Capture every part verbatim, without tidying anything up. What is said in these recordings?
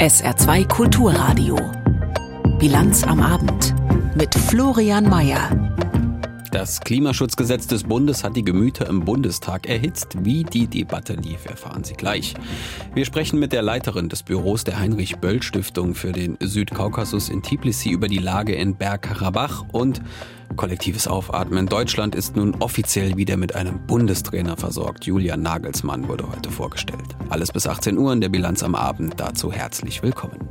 S R zwei Kulturradio. Bilanz am Abend mit Florian Mayer. Das Klimaschutzgesetz des Bundes hat die Gemüter im Bundestag erhitzt. Wie die Debatte lief, erfahren Sie gleich. Wir sprechen mit der Leiterin des Büros der Heinrich-Böll-Stiftung für den Südkaukasus in Tbilisi über die Lage in Bergkarabach und kollektives Aufatmen. Deutschland ist nun offiziell wieder mit einem Bundestrainer versorgt. Julian Nagelsmann wurde heute vorgestellt. Alles bis achtzehn Uhr in der Bilanz am Abend. Dazu herzlich willkommen.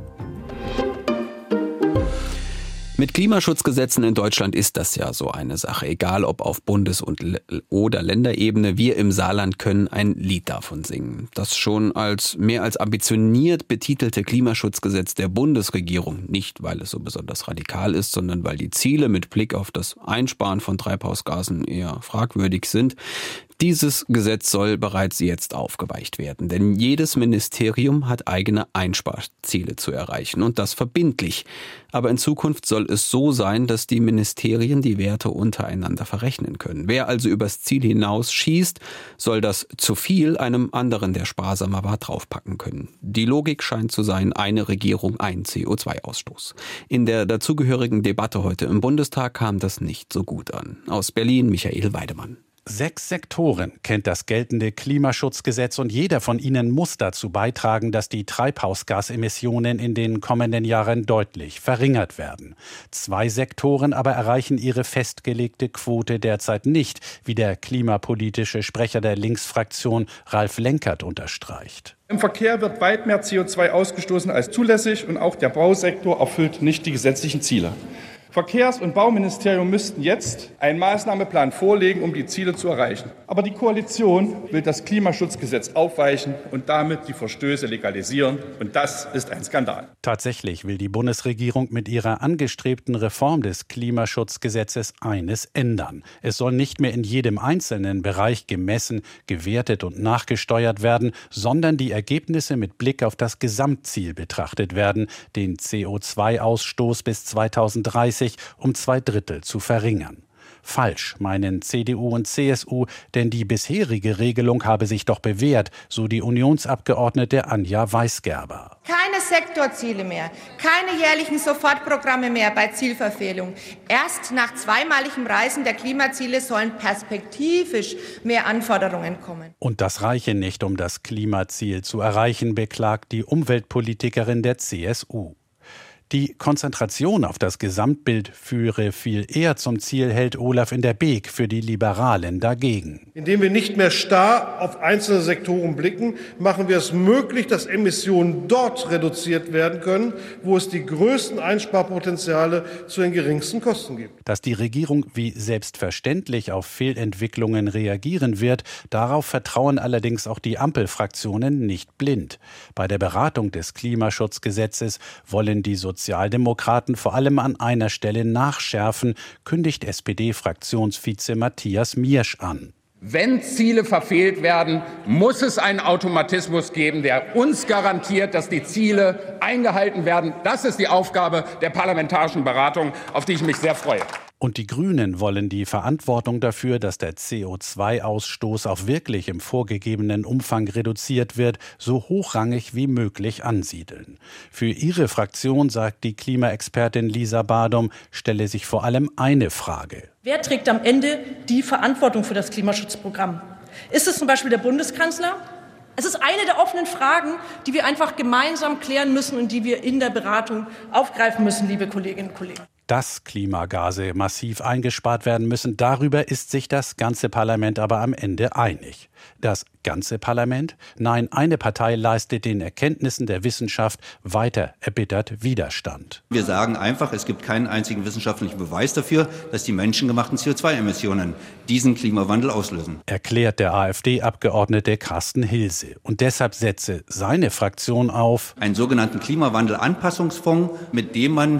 Mit Klimaschutzgesetzen in Deutschland ist das ja so eine Sache. Egal ob auf Bundes- und L- oder Länderebene, wir im Saarland können ein Lied davon singen. Das schon als mehr als ambitioniert betitelte Klimaschutzgesetz der Bundesregierung, nicht weil es so besonders radikal ist, sondern weil die Ziele mit Blick auf das Einsparen von Treibhausgasen eher fragwürdig sind. Dieses Gesetz soll bereits jetzt aufgeweicht werden, denn jedes Ministerium hat eigene Einsparziele zu erreichen und das verbindlich. Aber in Zukunft soll es so sein, dass die Ministerien die Werte untereinander verrechnen können. Wer also übers Ziel hinaus schießt, soll das zu viel einem anderen, der sparsamer war, draufpacken können. Die Logik scheint zu sein, eine Regierung, ein C O zwei Ausstoß. In der dazugehörigen Debatte heute im Bundestag kam das nicht so gut an. Aus Berlin Michael Weidemann. Sechs Sektoren kennt das geltende Klimaschutzgesetz und jeder von ihnen muss dazu beitragen, dass die Treibhausgasemissionen in den kommenden Jahren deutlich verringert werden. Zwei Sektoren aber erreichen ihre festgelegte Quote derzeit nicht, wie der klimapolitische Sprecher der Linksfraktion Ralf Lenkert unterstreicht. Im Verkehr wird weit mehr C O zwei ausgestoßen als zulässig und auch der Bausektor erfüllt nicht die gesetzlichen Ziele. Verkehrs- und Bauministerium müssten jetzt einen Maßnahmenplan vorlegen, um die Ziele zu erreichen. Aber die Koalition will das Klimaschutzgesetz aufweichen und damit die Verstöße legalisieren. Und das ist ein Skandal. Tatsächlich will die Bundesregierung mit ihrer angestrebten Reform des Klimaschutzgesetzes eines ändern. Es soll nicht mehr in jedem einzelnen Bereich gemessen, gewertet und nachgesteuert werden, sondern die Ergebnisse mit Blick auf das Gesamtziel betrachtet werden, den C O zwei Ausstoß bis zweitausenddreißig um zwei Drittel zu verringern. Falsch, meinen C D U und C S U, denn die bisherige Regelung habe sich doch bewährt, so die Unionsabgeordnete Anja Weisgerber. Keine Sektorziele mehr, keine jährlichen Sofortprogramme mehr bei Zielverfehlung. Erst nach zweimaligem Reißen der Klimaziele sollen perspektivisch mehr Anforderungen kommen. Und das reiche nicht, um das Klimaziel zu erreichen, beklagt die Umweltpolitikerin der C S U. Die Konzentration auf das Gesamtbild führe viel eher zum Ziel, hält Olaf in der Beek für die Liberalen dagegen. Indem wir nicht mehr starr auf einzelne Sektoren blicken, machen wir es möglich, dass Emissionen dort reduziert werden können, wo es die größten Einsparpotenziale zu den geringsten Kosten gibt. Dass die Regierung wie selbstverständlich auf Fehlentwicklungen reagieren wird, darauf vertrauen allerdings auch die Ampelfraktionen nicht blind. Bei der Beratung des Klimaschutzgesetzes wollen die Sozialdemokraten vor allem an einer Stelle nachschärfen, kündigt S P D-Fraktionsvize Matthias Miersch an. Wenn Ziele verfehlt werden, muss es einen Automatismus geben, der uns garantiert, dass die Ziele eingehalten werden. Das ist die Aufgabe der parlamentarischen Beratung, auf die ich mich sehr freue. Und die Grünen wollen die Verantwortung dafür, dass der C O zwei Ausstoß auch wirklich im vorgegebenen Umfang reduziert wird, so hochrangig wie möglich ansiedeln. Für ihre Fraktion, sagt die Klimaexpertin Lisa Badum, stelle sich vor allem eine Frage. Wer trägt am Ende die Verantwortung für das Klimaschutzprogramm? Ist es zum Beispiel der Bundeskanzler? Es ist eine der offenen Fragen, die wir einfach gemeinsam klären müssen und die wir in der Beratung aufgreifen müssen, liebe Kolleginnen und Kollegen. Dass Klimagase massiv eingespart werden müssen, darüber ist sich das ganze Parlament aber am Ende einig. Das ganze Parlament? Nein, eine Partei leistet den Erkenntnissen der Wissenschaft weiter erbittert Widerstand. Wir sagen einfach, es gibt keinen einzigen wissenschaftlichen Beweis dafür, dass die menschengemachten C O zwei Emissionen diesen Klimawandel auslösen. Erklärt der AfD-Abgeordnete Carsten Hilse. Und deshalb setze seine Fraktion auf einen sogenannten Klimawandel-Anpassungsfonds, mit dem man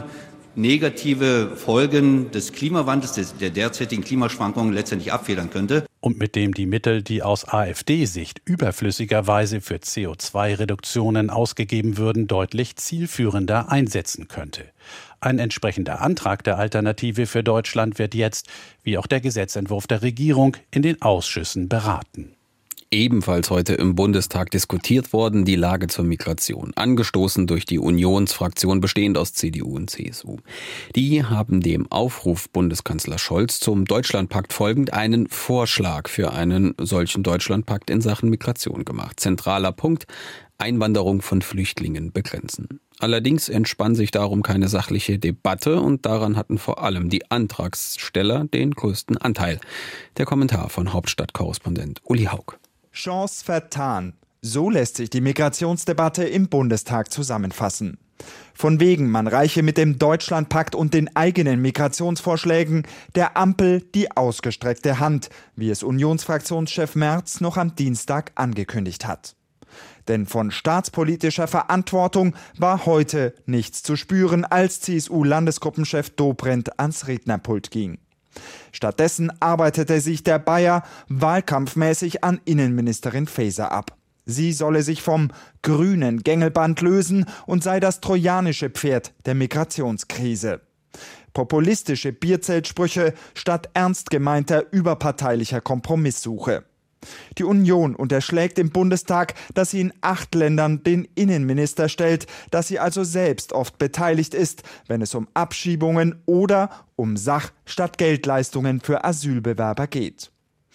negative Folgen des Klimawandels, des, der derzeitigen Klimaschwankungen letztendlich abfedern könnte. Und mit dem die Mittel, die aus AfD-Sicht überflüssigerweise für C O zwei Reduktionen ausgegeben würden, deutlich zielführender einsetzen könnte. Ein entsprechender Antrag der Alternative für Deutschland wird jetzt, wie auch der Gesetzentwurf der Regierung, in den Ausschüssen beraten. Ebenfalls heute im Bundestag diskutiert worden, die Lage zur Migration, angestoßen durch die Unionsfraktion bestehend aus C D U und C S U. Die haben dem Aufruf Bundeskanzler Scholz zum Deutschlandpakt folgend einen Vorschlag für einen solchen Deutschlandpakt in Sachen Migration gemacht. Zentraler Punkt: Einwanderung von Flüchtlingen begrenzen. Allerdings entspann sich darum keine sachliche Debatte und daran hatten vor allem die Antragsteller den größten Anteil. Der Kommentar von Hauptstadtkorrespondent Uli Haug. Chance vertan. So lässt sich die Migrationsdebatte im Bundestag zusammenfassen. Von wegen, man reiche mit dem Deutschlandpakt und den eigenen Migrationsvorschlägen der Ampel die ausgestreckte Hand, wie es Unionsfraktionschef Merz noch am Dienstag angekündigt hat. Denn von staatspolitischer Verantwortung war heute nichts zu spüren, als C S U-Landesgruppenchef Dobrindt ans Rednerpult ging. Stattdessen arbeitete sich der Bayer wahlkampfmäßig an Innenministerin Faeser ab. Sie solle sich vom grünen Gängelband lösen und sei das trojanische Pferd der Migrationskrise. Populistische Bierzeltsprüche statt ernst gemeinter überparteilicher Kompromisssuche. Die Union unterschlägt im Bundestag, dass sie in acht Ländern den Innenminister stellt, dass sie also selbst oft beteiligt ist, wenn es um Abschiebungen oder um Sach- statt Geldleistungen für Asylbewerber geht.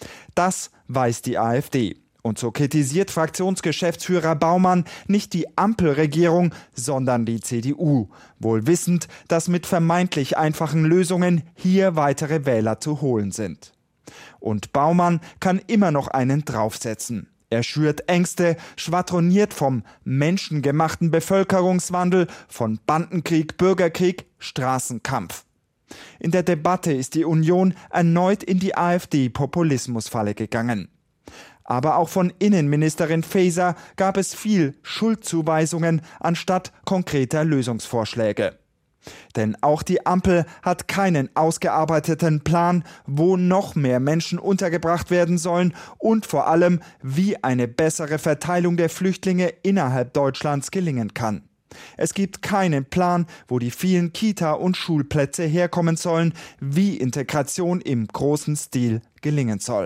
Das weiß die AfD. Und so kritisiert Fraktionsgeschäftsführer Baumann nicht die Ampelregierung, sondern die C D U, wohl wissend, dass mit vermeintlich einfachen Lösungen hier weitere Wähler zu holen sind. Und Baumann kann immer noch einen draufsetzen. Er schürt Ängste, schwadroniert vom menschengemachten Bevölkerungswandel, von Bandenkrieg, Bürgerkrieg, Straßenkampf. In der Debatte ist die Union erneut in die AfD-Populismusfalle gegangen. Aber auch von Innenministerin Faeser gab es viel Schuldzuweisungen anstatt konkreter Lösungsvorschläge. Denn auch die Ampel hat keinen ausgearbeiteten Plan, wo noch mehr Menschen untergebracht werden sollen und vor allem, wie eine bessere Verteilung der Flüchtlinge innerhalb Deutschlands gelingen kann. Es gibt keinen Plan, wo die vielen Kita- und Schulplätze herkommen sollen, wie Integration im großen Stil gelingen soll.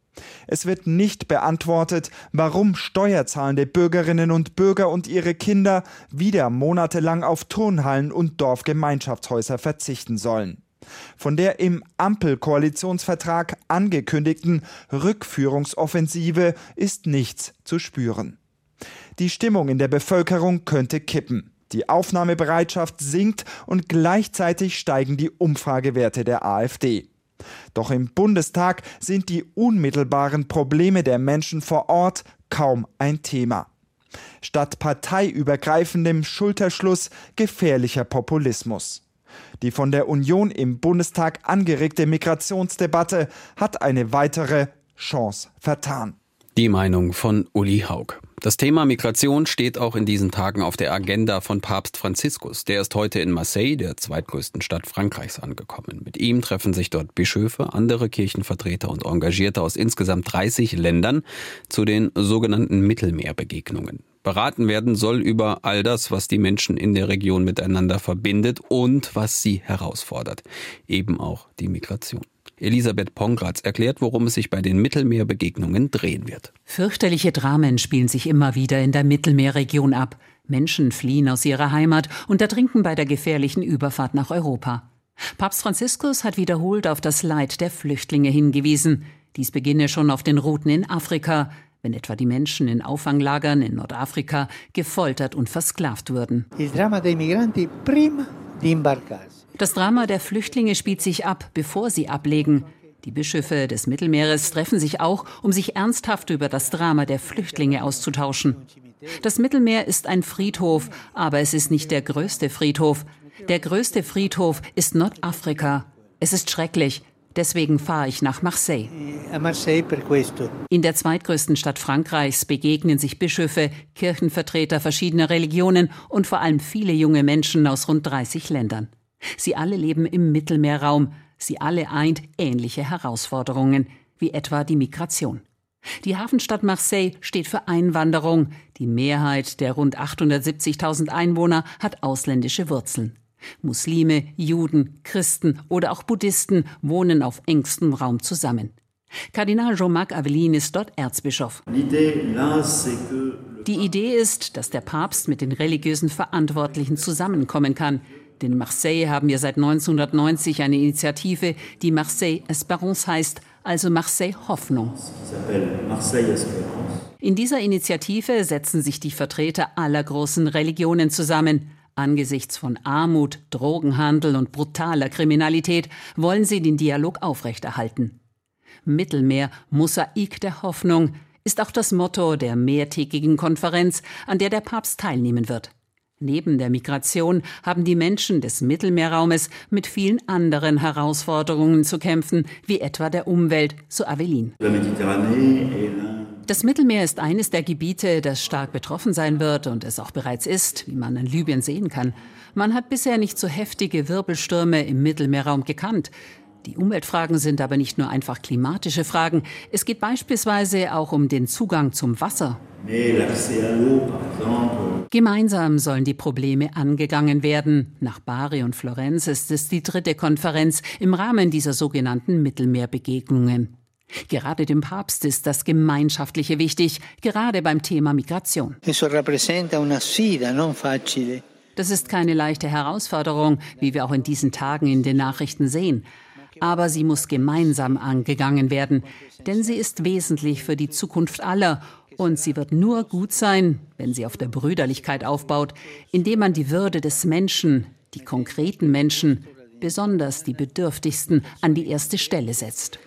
Es wird nicht beantwortet, warum steuerzahlende Bürgerinnen und Bürger und ihre Kinder wieder monatelang auf Turnhallen und Dorfgemeinschaftshäuser verzichten sollen. Von der im Ampel-Koalitionsvertrag angekündigten Rückführungsoffensive ist nichts zu spüren. Die Stimmung in der Bevölkerung könnte kippen. Die Aufnahmebereitschaft sinkt und gleichzeitig steigen die Umfragewerte der AfD. Doch im Bundestag sind die unmittelbaren Probleme der Menschen vor Ort kaum ein Thema. Statt parteiübergreifendem Schulterschluss gefährlicher Populismus. Die von der Union im Bundestag angeregte Migrationsdebatte hat eine weitere Chance vertan. Die Meinung von Uli Haug. Das Thema Migration steht auch in diesen Tagen auf der Agenda von Papst Franziskus. Der ist heute in Marseille, der zweitgrößten Stadt Frankreichs, angekommen. Mit ihm treffen sich dort Bischöfe, andere Kirchenvertreter und Engagierte aus insgesamt dreißig Ländern zu den sogenannten Mittelmeerbegegnungen. Beraten werden soll über all das, was die Menschen in der Region miteinander verbindet und was sie herausfordert. Eben auch die Migration. Elisabeth Pongratz erklärt, worum es sich bei den Mittelmeerbegegnungen drehen wird. Fürchterliche Dramen spielen sich immer wieder in der Mittelmeerregion ab. Menschen fliehen aus ihrer Heimat und ertrinken bei der gefährlichen Überfahrt nach Europa. Papst Franziskus hat wiederholt auf das Leid der Flüchtlinge hingewiesen. Dies beginne schon auf den Routen in Afrika, wenn etwa die Menschen in Auffanglagern in Nordafrika gefoltert und versklavt würden. Il dramma dei migranti prima di imbarcarsi. Das Drama der Flüchtlinge spielt sich ab, bevor sie ablegen. Die Bischöfe des Mittelmeeres treffen sich auch, um sich ernsthaft über das Drama der Flüchtlinge auszutauschen. Das Mittelmeer ist ein Friedhof, aber es ist nicht der größte Friedhof. Der größte Friedhof ist Nordafrika. Es ist schrecklich. Deswegen fahre ich nach Marseille. In der zweitgrößten Stadt Frankreichs begegnen sich Bischöfe, Kirchenvertreter verschiedener Religionen und vor allem viele junge Menschen aus rund dreißig Ländern. Sie alle leben im Mittelmeerraum. Sie alle eint ähnliche Herausforderungen, wie etwa die Migration. Die Hafenstadt Marseille steht für Einwanderung. Die Mehrheit der rund achthundertsiebzigtausend Einwohner hat ausländische Wurzeln. Muslime, Juden, Christen oder auch Buddhisten wohnen auf engstem Raum zusammen. Kardinal Jean-Marc Aveline ist dort Erzbischof. Die Idee ist, dass der Papst mit den religiösen Verantwortlichen zusammenkommen kann. Denn in Marseille haben wir seit neunzehnhundertneunzig eine Initiative, die Marseille Espérance heißt, also Marseille Hoffnung. In dieser Initiative setzen sich die Vertreter aller großen Religionen zusammen. Angesichts von Armut, Drogenhandel und brutaler Kriminalität wollen sie den Dialog aufrechterhalten. Mittelmeer, Mosaik der Hoffnung, ist auch das Motto der mehrtägigen Konferenz, an der der Papst teilnehmen wird. Neben der Migration haben die Menschen des Mittelmeerraumes mit vielen anderen Herausforderungen zu kämpfen, wie etwa der Umwelt, so Aveline. Das Mittelmeer ist eines der Gebiete, das stark betroffen sein wird und es auch bereits ist, wie man in Libyen sehen kann. Man hat bisher nicht so heftige Wirbelstürme im Mittelmeerraum gekannt. Die Umweltfragen sind aber nicht nur einfach klimatische Fragen. Es geht beispielsweise auch um den Zugang zum Wasser. Gemeinsam sollen die Probleme angegangen werden. Nach Bari und Florenz ist es die dritte Konferenz im Rahmen dieser sogenannten Mittelmeerbegegnungen. Gerade dem Papst ist das Gemeinschaftliche wichtig, gerade beim Thema Migration. Das ist keine leichte Herausforderung, wie wir auch in diesen Tagen in den Nachrichten sehen. Aber sie muss gemeinsam angegangen werden, denn sie ist wesentlich für die Zukunft aller. Und sie wird nur gut sein, wenn sie auf der Brüderlichkeit aufbaut, indem man die Würde des Menschen, die konkreten Menschen, besonders die Bedürftigsten, an die erste Stelle setzt.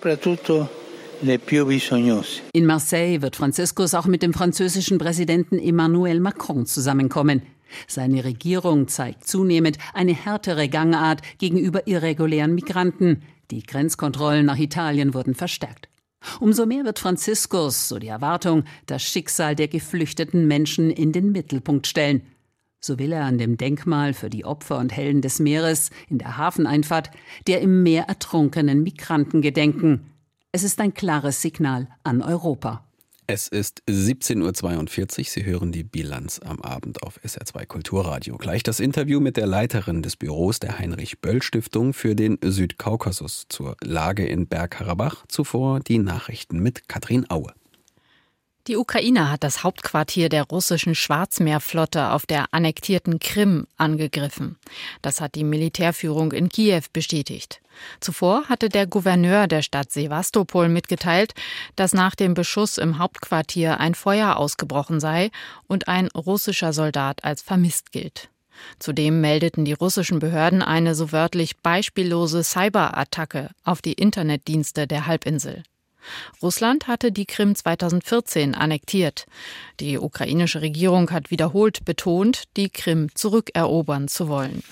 In Marseille wird Franziskus auch mit dem französischen Präsidenten Emmanuel Macron zusammenkommen. Seine Regierung zeigt zunehmend eine härtere Gangart gegenüber irregulären Migranten. Die Grenzkontrollen nach Italien wurden verstärkt. Umso mehr wird Franziskus, so die Erwartung, das Schicksal der geflüchteten Menschen in den Mittelpunkt stellen. So will er an dem Denkmal für die Opfer und Helden des Meeres in der Hafeneinfahrt der im Meer ertrunkenen Migranten gedenken. Es ist ein klares Signal an Europa. Es ist siebzehn Uhr zweiundvierzig. Sie hören die Bilanz am Abend auf S R zwei Kulturradio. Gleich das Interview mit der Leiterin des Büros der Heinrich-Böll-Stiftung für den Südkaukasus zur Lage in Bergkarabach. Zuvor die Nachrichten mit Katrin Aue. Die Ukraine hat das Hauptquartier der russischen Schwarzmeerflotte auf der annektierten Krim angegriffen. Das hat die Militärführung in Kiew bestätigt. Zuvor hatte der Gouverneur der Stadt Sewastopol mitgeteilt, dass nach dem Beschuss im Hauptquartier ein Feuer ausgebrochen sei und ein russischer Soldat als vermisst gilt. Zudem meldeten die russischen Behörden eine so wörtlich beispiellose Cyberattacke auf die Internetdienste der Halbinsel. Russland hatte die Krim zweitausendvierzehn annektiert. Die ukrainische Regierung hat wiederholt betont, die Krim zurückerobern zu wollen.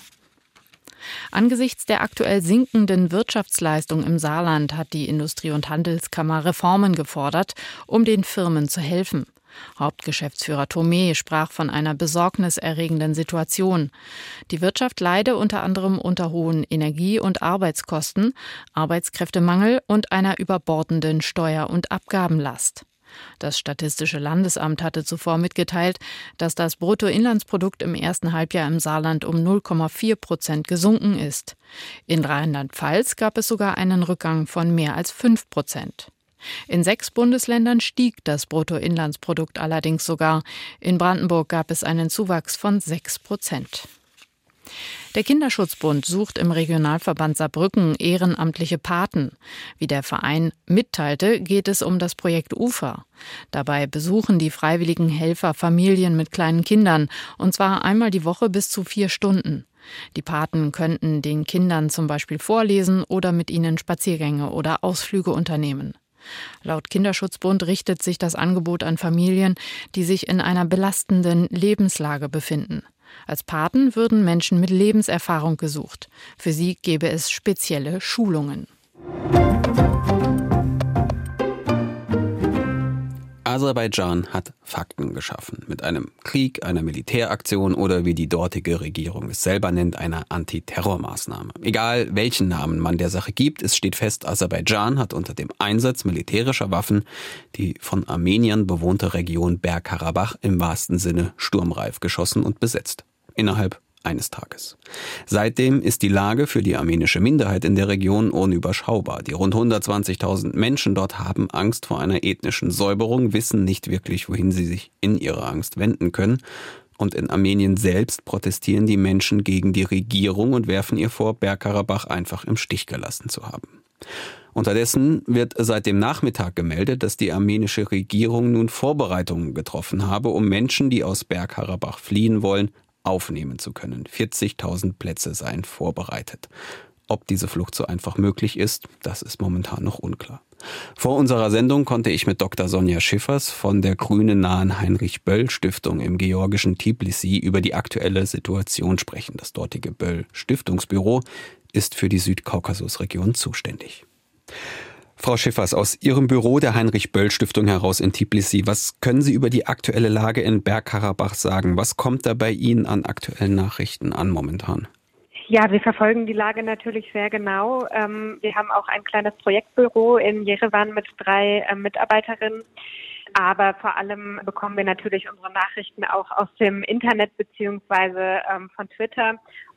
Angesichts der aktuell sinkenden Wirtschaftsleistung im Saarland hat die Industrie- und Handelskammer Reformen gefordert, um den Firmen zu helfen. Hauptgeschäftsführer Thomé sprach von einer besorgniserregenden Situation. Die Wirtschaft leide unter anderem unter hohen Energie- und Arbeitskosten, Arbeitskräftemangel und einer überbordenden Steuer- und Abgabenlast. Das Statistische Landesamt hatte zuvor mitgeteilt, dass das Bruttoinlandsprodukt im ersten Halbjahr im Saarland um null Komma vier Prozent gesunken ist. In Rheinland-Pfalz gab es sogar einen Rückgang von mehr als fünf Prozent. In sechs Bundesländern stieg das Bruttoinlandsprodukt allerdings sogar. In Brandenburg gab es einen Zuwachs von sechs Prozent. Der Kinderschutzbund sucht im Regionalverband Saarbrücken ehrenamtliche Paten. Wie der Verein mitteilte, geht es um das Projekt Ufer. Dabei besuchen die freiwilligen Helfer Familien mit kleinen Kindern, und zwar einmal die Woche bis zu vier Stunden. Die Paten könnten den Kindern zum Beispiel vorlesen oder mit ihnen Spaziergänge oder Ausflüge unternehmen. Laut Kinderschutzbund richtet sich das Angebot an Familien, die sich in einer belastenden Lebenslage befinden. Als Paten würden Menschen mit Lebenserfahrung gesucht. Für sie gäbe es spezielle Schulungen. Aserbaidschan hat Fakten geschaffen. Mit einem Krieg, einer Militäraktion oder wie die dortige Regierung es selber nennt, einer Antiterrormaßnahme. Egal welchen Namen man der Sache gibt, es steht fest, Aserbaidschan hat unter dem Einsatz militärischer Waffen die von Armeniern bewohnte Region Bergkarabach im wahrsten Sinne sturmreif geschossen und besetzt. Innerhalb eines Tages. Seitdem ist die Lage für die armenische Minderheit in der Region unüberschaubar. Die rund hundertzwanzigtausend Menschen dort haben Angst vor einer ethnischen Säuberung, wissen nicht wirklich, wohin sie sich in ihrer Angst wenden können. Und in Armenien selbst protestieren die Menschen gegen die Regierung und werfen ihr vor, Bergkarabach einfach im Stich gelassen zu haben. Unterdessen wird seit dem Nachmittag gemeldet, dass die armenische Regierung nun Vorbereitungen getroffen habe, um Menschen, die aus Bergkarabach fliehen wollen, aufnehmen zu können. vierzigtausend Plätze seien vorbereitet. Ob diese Flucht so einfach möglich ist, das ist momentan noch unklar. Vor unserer Sendung konnte ich mit Doktor Sonja Schiffers von der grünen-nahen Heinrich-Böll-Stiftung im georgischen Tbilisi über die aktuelle Situation sprechen. Das dortige Böll-Stiftungsbüro ist für die Südkaukasusregion zuständig. Frau Schiffers, aus Ihrem Büro der Heinrich-Böll-Stiftung heraus in Tbilisi, was können Sie über die aktuelle Lage in Bergkarabach sagen? Was kommt da bei Ihnen an aktuellen Nachrichten an momentan? Ja, wir verfolgen die Lage natürlich sehr genau. Wir haben auch ein kleines Projektbüro in Jerewan mit drei Mitarbeiterinnen. Aber vor allem bekommen wir natürlich unsere Nachrichten auch aus dem Internet beziehungsweise ähm, von Twitter,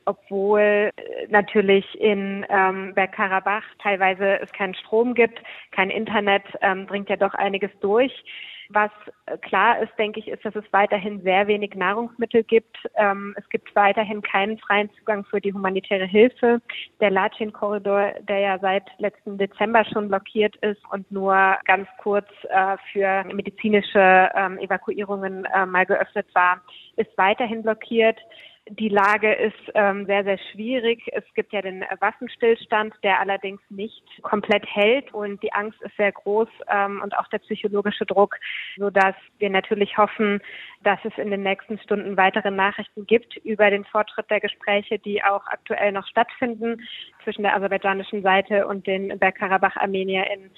obwohl natürlich in ähm, Bergkarabach teilweise es keinen Strom gibt, kein Internet, ähm, dringt ja doch einiges durch. Was klar ist, denke ich, ist, dass es weiterhin sehr wenig Nahrungsmittel gibt. Ähm, es gibt weiterhin keinen freien Zugang für die humanitäre Hilfe. Der Latschin-Korridor, der ja seit letzten Dezember schon blockiert ist und nur ganz kurz äh, für medizinische ähm, Evakuierungen äh, mal geöffnet war, ist weiterhin blockiert. Die Lage ist ähm, sehr, sehr schwierig. Es gibt ja den Waffenstillstand, der allerdings nicht komplett hält und die Angst ist sehr groß ähm, und auch der psychologische Druck, sodass wir natürlich hoffen, dass es in den nächsten Stunden weitere Nachrichten gibt über den Fortschritt der Gespräche, die auch aktuell noch stattfinden zwischen der aserbaidschanischen Seite und den Bergkarabach-ArmenierInnen.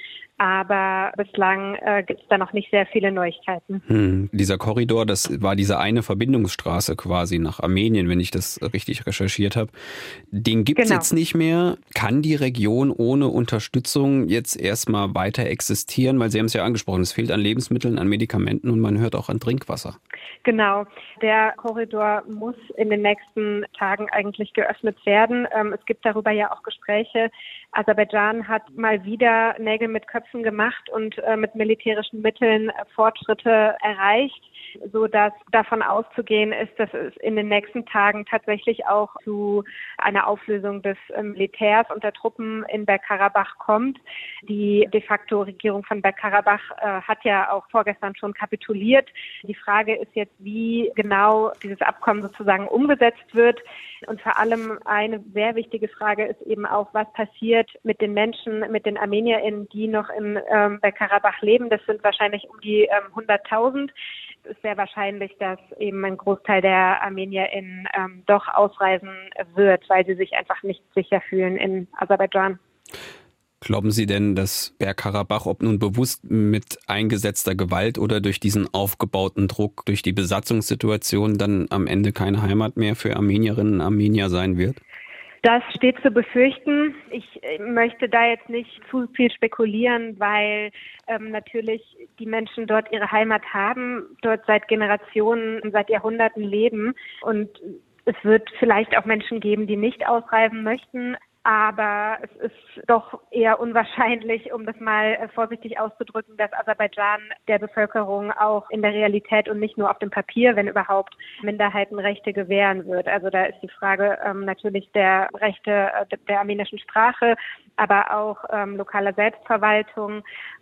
Aber bislang äh, gibt es da noch nicht sehr viele Neuigkeiten. Hm. Dieser Korridor, das war diese eine Verbindungsstraße quasi nach Armenien, wenn ich das richtig recherchiert habe. Den gibt es genau. jetzt nicht mehr. Kann die Region ohne Unterstützung jetzt erstmal weiter existieren? Weil Sie haben es ja angesprochen, es fehlt an Lebensmitteln, an Medikamenten und man hört auch an Trinkwasser. Genau. Der Korridor muss in den nächsten Tagen eigentlich geöffnet werden. Ähm, es gibt darüber ja auch Gespräche. Aserbaidschan hat mal wieder Nägel mit Köpfen gemacht und äh, mit militärischen Mitteln äh, Fortschritte erreicht, so dass davon auszugehen ist, dass es in den nächsten Tagen tatsächlich auch zu einer Auflösung des äh, Militärs und der Truppen in Bergkarabach kommt. Die de facto Regierung von Bergkarabach äh, hat ja auch vorgestern schon kapituliert. Die Frage ist jetzt, wie genau dieses Abkommen sozusagen umgesetzt wird. Und vor allem eine sehr wichtige Frage ist eben auch, was passiert mit den Menschen, mit den ArmenierInnen, die noch in ähm, Bergkarabach leben. Das sind wahrscheinlich um die ähm, hunderttausend. Es ist sehr wahrscheinlich, dass eben ein Großteil der ArmenierInnen ähm, doch ausreisen wird, weil sie sich einfach nicht sicher fühlen in Aserbaidschan. Glauben Sie denn, dass Bergkarabach, ob nun bewusst mit eingesetzter Gewalt oder durch diesen aufgebauten Druck, durch die Besatzungssituation dann am Ende keine Heimat mehr für Armenierinnen und Armenier sein wird? Das steht zu befürchten. Ich möchte da jetzt nicht zu viel spekulieren, weil ähm, natürlich die Menschen dort ihre Heimat haben, dort seit Generationen, seit Jahrhunderten leben. Und es wird vielleicht auch Menschen geben, die nicht ausreisen möchten. Aber es ist doch eher unwahrscheinlich, um das mal vorsichtig auszudrücken, dass Aserbaidschan der Bevölkerung auch in der Realität und nicht nur auf dem Papier, wenn überhaupt, Minderheitenrechte gewähren wird. Also da ist die Frage ähm, natürlich der Rechte äh, der armenischen Sprache, aber auch ähm, lokaler Selbstverwaltung.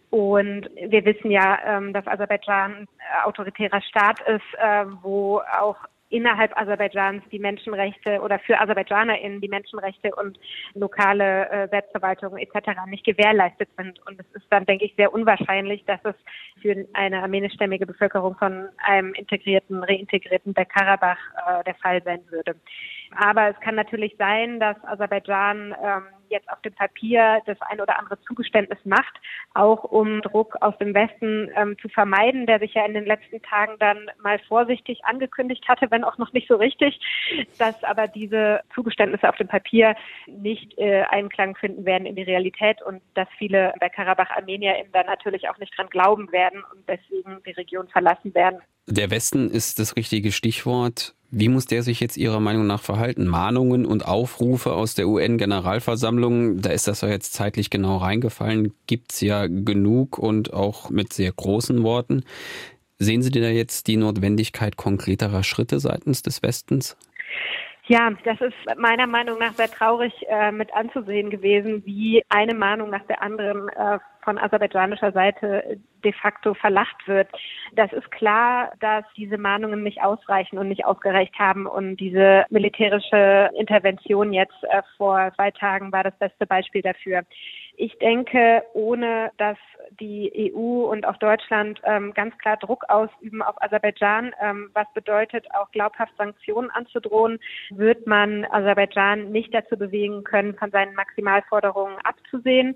Und wir wissen ja, ähm, dass Aserbaidschan ein autoritärer Staat ist, äh, wo auch innerhalb Aserbaidschans die Menschenrechte oder für AserbaidschanerInnen die Menschenrechte und lokale äh, Selbstverwaltung et cetera nicht gewährleistet sind. Und es ist dann, denke ich, sehr unwahrscheinlich, dass es für eine armenischstämmige Bevölkerung von einem integrierten, reintegrierten Bergkarabach äh, der Fall sein würde. Aber es kann natürlich sein, dass Aserbaidschan ähm, jetzt auf dem Papier das ein oder andere Zugeständnis macht, auch um Druck aus dem Westen ähm, zu vermeiden, der sich ja in den letzten Tagen dann mal vorsichtig angekündigt hatte, wenn auch noch nicht so richtig, dass aber diese Zugeständnisse auf dem Papier nicht äh, Einklang finden werden in die Realität und dass viele Bergkarabach-ArmenierInnen dann natürlich auch nicht dran glauben werden und deswegen die Region verlassen werden. Der Westen ist das richtige Stichwort. Wie muss der sich jetzt Ihrer Meinung nach verhalten? Mahnungen und Aufrufe aus der U N-Generalversammlung, da ist das ja jetzt zeitlich genau reingefallen, gibt's ja genug und auch mit sehr großen Worten. Sehen Sie da jetzt die Notwendigkeit konkreterer Schritte seitens des Westens? Ja, das ist meiner Meinung nach sehr traurig äh, mit anzusehen gewesen, wie eine Mahnung nach der anderen äh, von aserbaidschanischer Seite de facto verlacht wird. Das ist klar, dass diese Mahnungen nicht ausreichen und nicht ausgereicht haben. Und diese militärische Intervention jetzt äh, vor zwei Tagen war das beste Beispiel dafür. Ich denke, ohne dass die E U und auch Deutschland ähm, ganz klar Druck ausüben auf Aserbaidschan, ähm, was bedeutet, auch glaubhaft Sanktionen anzudrohen, wird man Aserbaidschan nicht dazu bewegen können, von seinen Maximalforderungen abzusehen.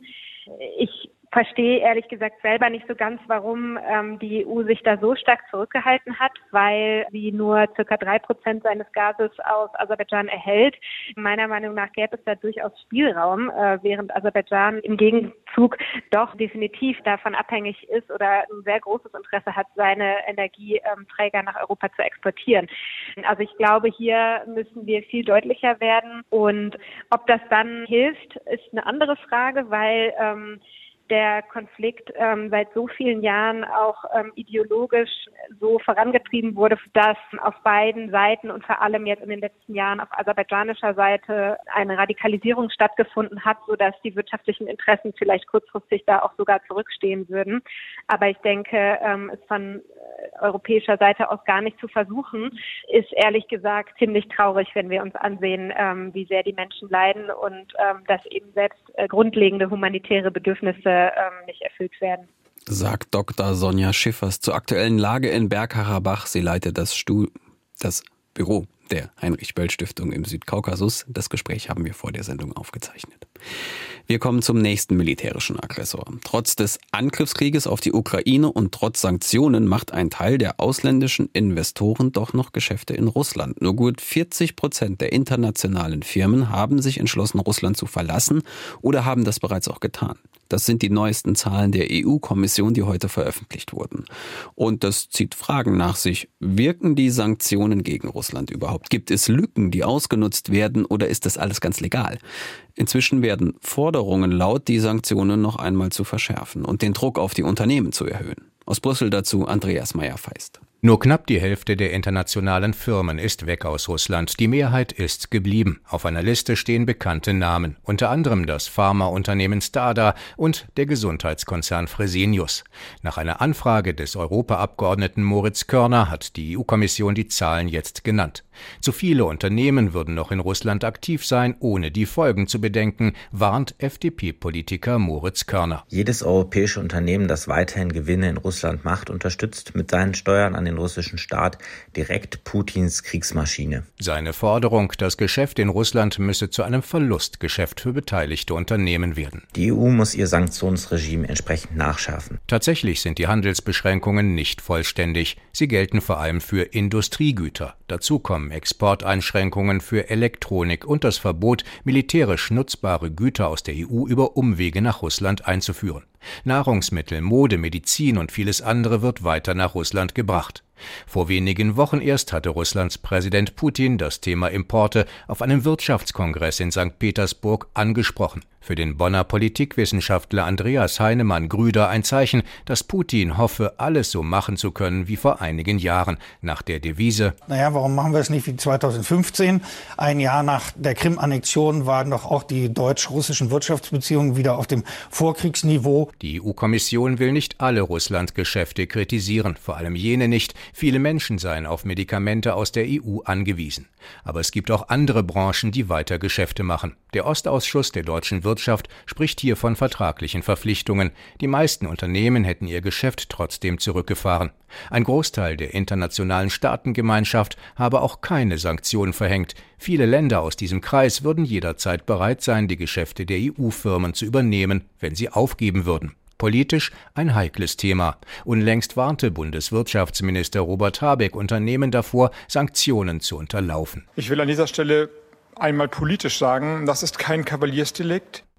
Ich verstehe ehrlich gesagt selber nicht so ganz, warum ähm, die E U sich da so stark zurückgehalten hat, weil sie nur circa drei Prozent seines Gases aus Aserbaidschan erhält. Meiner Meinung nach gäbe es da durchaus Spielraum, äh, während Aserbaidschan im Gegenzug doch definitiv davon abhängig ist oder ein sehr großes Interesse hat, seine Energieträger nach Europa zu exportieren. Also ich glaube, hier müssen wir viel deutlicher werden, und ob das dann hilft, ist eine andere Frage, weil ähm, der Konflikt ähm, seit so vielen Jahren auch ähm, ideologisch so vorangetrieben wurde, dass auf beiden Seiten und vor allem jetzt in den letzten Jahren auf aserbaidschanischer Seite eine Radikalisierung stattgefunden hat, sodass die wirtschaftlichen Interessen vielleicht kurzfristig da auch sogar zurückstehen würden. Aber ich denke, ähm, es von äh, europäischer Seite aus gar nicht zu versuchen, ist ehrlich gesagt ziemlich traurig, wenn wir uns ansehen, ähm, wie sehr die Menschen leiden und ähm, dass eben selbst äh, grundlegende humanitäre Bedürfnisse nicht erfüllt werden. Sagt Doktor Sonja Schiffers zur aktuellen Lage in Bergkarabach. Sie leitet das, Stu- das Büro der Heinrich-Böll-Stiftung im Südkaukasus. Das Gespräch haben wir vor der Sendung aufgezeichnet. Wir kommen zum nächsten militärischen Aggressor. Trotz des Angriffskrieges auf die Ukraine und trotz Sanktionen macht ein Teil der ausländischen Investoren doch noch Geschäfte in Russland. Nur gut vierzig Prozent der internationalen Firmen haben sich entschlossen, Russland zu verlassen oder haben das bereits auch getan. Das sind die neuesten Zahlen der E U-Kommission, die heute veröffentlicht wurden. Und das zieht Fragen nach sich. Wirken die Sanktionen gegen Russland überhaupt? Gibt es Lücken, die ausgenutzt werden, oder ist das alles ganz legal? Inzwischen werden Forderungen laut, die Sanktionen noch einmal zu verschärfen und den Druck auf die Unternehmen zu erhöhen. Aus Brüssel dazu Andreas Meyer-Feist. Nur knapp die Hälfte der internationalen Firmen ist weg aus Russland. Die Mehrheit ist geblieben. Auf einer Liste stehen bekannte Namen, unter anderem das Pharmaunternehmen Stada und der Gesundheitskonzern Fresenius. Nach einer Anfrage des Europaabgeordneten Moritz Körner hat die E U-Kommission die Zahlen jetzt genannt. Zu viele Unternehmen würden noch in Russland aktiv sein, ohne die Folgen zu bedenken, warnt F D P-Politiker Moritz Körner. Jedes europäische Unternehmen, das weiterhin Gewinne in Russland macht, unterstützt mit seinen Steuern an den russischen Staat direkt Putins Kriegsmaschine. Seine Forderung, das Geschäft in Russland müsse zu einem Verlustgeschäft für beteiligte Unternehmen werden. Die E U muss ihr Sanktionsregime entsprechend nachschärfen. Tatsächlich sind die Handelsbeschränkungen nicht vollständig. Sie gelten vor allem für Industriegüter. Dazu kommen Exporteinschränkungen für Elektronik und das Verbot, militärisch nutzbare Güter aus der E U über Umwege nach Russland einzuführen. Nahrungsmittel, Mode, Medizin und vieles andere wird weiter nach Russland gebracht. Vor wenigen Wochen erst hatte Russlands Präsident Putin das Thema Importe auf einem Wirtschaftskongress in Sankt Petersburg angesprochen. Für den Bonner Politikwissenschaftler Andreas Heinemann-Grüder ein Zeichen, dass Putin hoffe, alles so machen zu können wie vor einigen Jahren, nach der Devise: Naja, warum machen wir es nicht wie zweitausendfünfzehn? Ein Jahr nach der Krim-Annexion waren doch auch die deutsch-russischen Wirtschaftsbeziehungen wieder auf dem Vorkriegsniveau. Die E U-Kommission will nicht alle Russland-Geschäfte kritisieren, vor allem jene nicht. Viele Menschen seien auf Medikamente aus der E U angewiesen. Aber es gibt auch andere Branchen, die weiter Geschäfte machen. Der Ostausschuss der deutschen Wirtschaft spricht hier von vertraglichen Verpflichtungen. Die meisten Unternehmen hätten ihr Geschäft trotzdem zurückgefahren. Ein Großteil der internationalen Staatengemeinschaft habe auch keine Sanktionen verhängt. Viele Länder aus diesem Kreis würden jederzeit bereit sein, die Geschäfte der E U-Firmen zu übernehmen, wenn sie aufgeben würden. Politisch ein heikles Thema. Unlängst warnte Bundeswirtschaftsminister Robert Habeck Unternehmen davor, Sanktionen zu unterlaufen. Ich will an dieser Stelle einmal politisch sagen, das ist kein Kavaliersdelikt.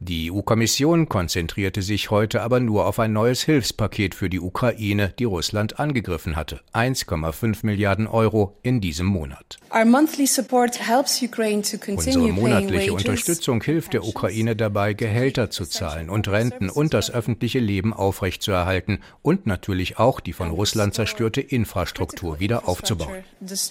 Die E U-Kommission konzentrierte sich heute aber nur auf ein neues Hilfspaket für die Ukraine, die Russland angegriffen hatte. eins Komma fünf Milliarden Euro in diesem Monat. Unsere monatliche Unterstützung hilft der Ukraine dabei, Gehälter zu zahlen und Renten und das öffentliche Leben aufrechtzuerhalten und natürlich auch die von Russland zerstörte Infrastruktur wieder aufzubauen.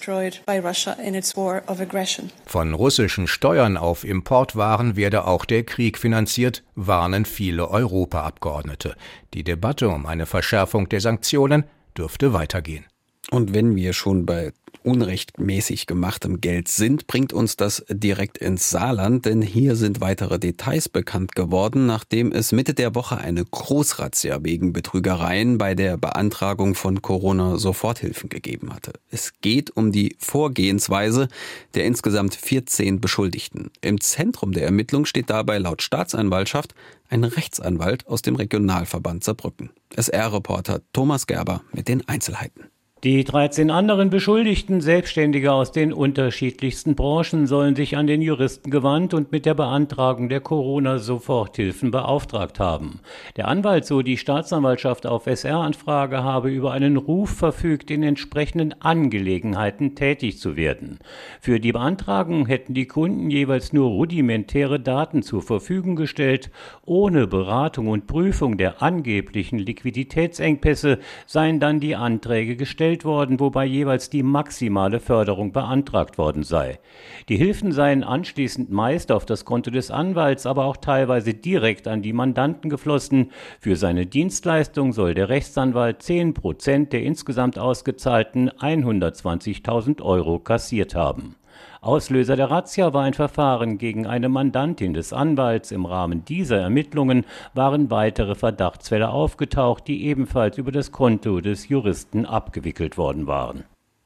Von russischen Steuern auf Importwaren werde auch der Krieg finanziert. Finanziert, warnen viele Europaabgeordnete. Die Debatte um eine Verschärfung der Sanktionen dürfte weitergehen. Und wenn wir schon bei unrechtmäßig gemachtem Geld sind, bringt uns das direkt ins Saarland, denn hier sind weitere Details bekannt geworden, nachdem es Mitte der Woche eine Großrazzia wegen Betrügereien bei der Beantragung von Corona-Soforthilfen gegeben hatte. Es geht um die Vorgehensweise der insgesamt vierzehn Beschuldigten. Im Zentrum der Ermittlung steht dabei laut Staatsanwaltschaft ein Rechtsanwalt aus dem Regionalverband Saarbrücken. S R-Reporter Thomas Gerber mit den Einzelheiten. Die dreizehn anderen Beschuldigten, Selbstständige aus den unterschiedlichsten Branchen, sollen sich an den Juristen gewandt und mit der Beantragung der Corona-Soforthilfen beauftragt haben. Der Anwalt, so die Staatsanwaltschaft auf S R-Anfrage, habe über einen Ruf verfügt, in entsprechenden Angelegenheiten tätig zu werden. Für die Beantragung hätten die Kunden jeweils nur rudimentäre Daten zur Verfügung gestellt. Ohne Beratung und Prüfung der angeblichen Liquiditätsengpässe seien dann die Anträge gestellt worden, wobei jeweils die maximale Förderung beantragt worden sei. Die Hilfen seien anschließend meist auf das Konto des Anwalts, aber auch teilweise direkt an die Mandanten geflossen. Für seine Dienstleistung soll der Rechtsanwalt zehn Prozent der insgesamt ausgezahlten hundertzwanzigtausend Euro kassiert haben. Auslöser der Razzia war ein Verfahren gegen eine Mandantin des Anwalts. Im Rahmen dieser Ermittlungen waren weitere Verdachtsfälle aufgetaucht, die ebenfalls über das Konto des Juristen abgewickelt worden waren.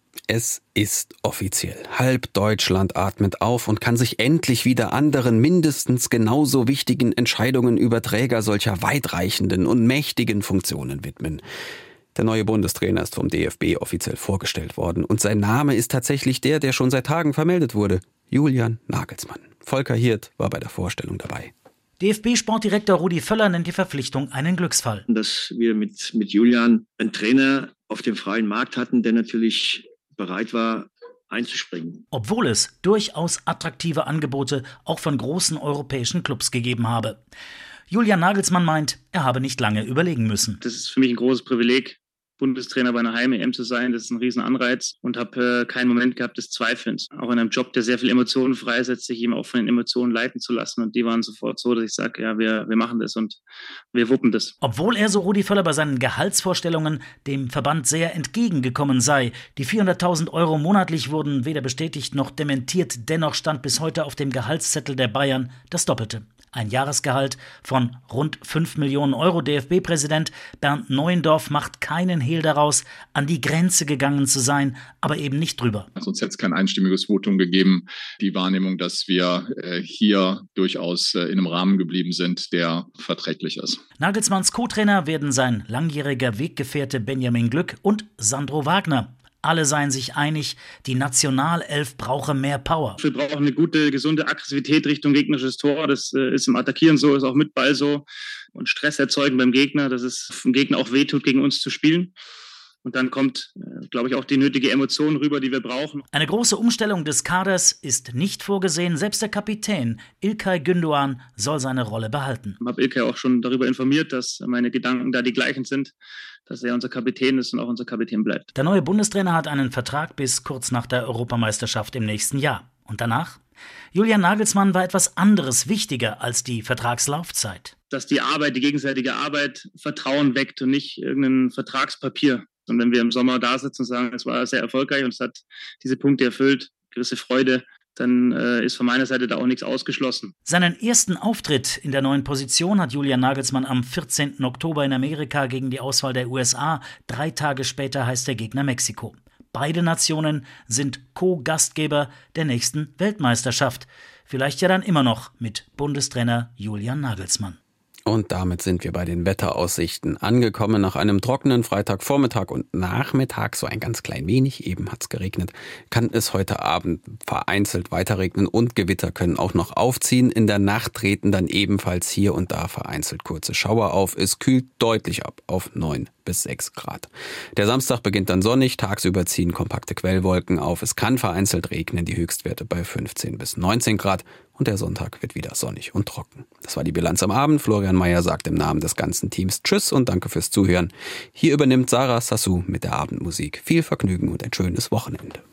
Es ist offiziell. Halb Deutschland atmet auf und kann sich endlich wieder anderen, mindestens genauso wichtigen Entscheidungen über Träger solcher weitreichenden und mächtigen Funktionen widmen. Der neue Bundestrainer ist vom D F B offiziell vorgestellt worden und sein Name ist tatsächlich der, der schon seit Tagen vermeldet wurde: Julian Nagelsmann. Volker Hirt war bei der Vorstellung dabei. D F B-Sportdirektor Rudi Völler nennt die Verpflichtung einen Glücksfall. Dass wir mit, mit Julian einen Trainer auf dem freien Markt hatten, der natürlich bereit war, einzuspringen. Obwohl es durchaus attraktive Angebote auch von großen europäischen Clubs gegeben habe. Julian Nagelsmann meint, er habe nicht lange überlegen müssen. Das ist für mich ein großes Privileg, Bundestrainer bei einer Heim-E M zu sein. Das ist ein Riesenanreiz und habe äh, keinen Moment gehabt des Zweifelns. Auch in einem Job, der sehr viel Emotionen freisetzt, sich eben auch von den Emotionen leiten zu lassen. Und die waren sofort so, dass ich sage, ja, wir, wir machen das und wir wuppen das. Obwohl er, so Rudi Völler, bei seinen Gehaltsvorstellungen dem Verband sehr entgegengekommen sei. Die vierhunderttausend Euro monatlich wurden weder bestätigt noch dementiert. Dennoch stand bis heute auf dem Gehaltszettel der Bayern das Doppelte. Ein Jahresgehalt von rund fünf Millionen Euro. D F B-Präsident Bernd Neuendorf macht keinen Hehl daraus, an die Grenze gegangen zu sein, aber eben nicht drüber. Sonst hätte es kein einstimmiges Votum gegeben. Die Wahrnehmung, dass wir äh, hier durchaus äh, in einem Rahmen geblieben sind, der verträglich ist. Nagelsmanns Co-Trainer werden sein langjähriger Weggefährte Benjamin Glück und Sandro Wagner. Alle seien sich einig, die Nationalelf brauche mehr Power. Wir brauchen eine gute, gesunde Aggressivität Richtung gegnerisches Tor. Das äh, ist im Attackieren so, ist auch mit Ball so. Und Stress erzeugen beim Gegner, dass es dem Gegner auch wehtut, gegen uns zu spielen. Und dann kommt, äh, glaube ich, auch die nötige Emotion rüber, die wir brauchen. Eine große Umstellung des Kaders ist nicht vorgesehen. Selbst der Kapitän İlkay Gündoğan soll seine Rolle behalten. Ich habe İlkay auch schon darüber informiert, dass meine Gedanken da die gleichen sind, dass er unser Kapitän ist und auch unser Kapitän bleibt. Der neue Bundestrainer hat einen Vertrag bis kurz nach der Europameisterschaft im nächsten Jahr. Und danach? Julian Nagelsmann war etwas anderes wichtiger als die Vertragslaufzeit. Dass die Arbeit, die gegenseitige Arbeit Vertrauen weckt und nicht irgendein Vertragspapier. Und wenn wir im Sommer da sitzen und sagen, es war sehr erfolgreich und es hat diese Punkte erfüllt, gewisse Freude, dann äh, ist von meiner Seite da auch nichts ausgeschlossen. Seinen ersten Auftritt in der neuen Position hat Julian Nagelsmann am vierzehnten Oktober in Amerika gegen die Auswahl der U S A. Drei Tage später heißt der Gegner Mexiko. Beide Nationen sind Co-Gastgeber der nächsten Weltmeisterschaft. Vielleicht ja dann immer noch mit Bundestrainer Julian Nagelsmann. Und damit sind wir bei den Wetteraussichten angekommen. Nach einem trockenen Freitagvormittag und Nachmittag, so ein ganz klein wenig, eben hat's geregnet, kann es heute Abend vereinzelt weiter regnen und Gewitter können auch noch aufziehen. In der Nacht treten dann ebenfalls hier und da vereinzelt kurze Schauer auf. Es kühlt deutlich ab auf neun bis sechs Grad. Der Samstag beginnt dann sonnig, tagsüber ziehen kompakte Quellwolken auf. Es kann vereinzelt regnen, die Höchstwerte bei fünfzehn bis neunzehn Grad. Und der Sonntag wird wieder sonnig und trocken. Das war die Bilanz am Abend. Florian Mayer sagt im Namen des ganzen Teams Tschüss und danke fürs Zuhören. Hier übernimmt Sarah Sassou mit der Abendmusik. Viel Vergnügen und ein schönes Wochenende.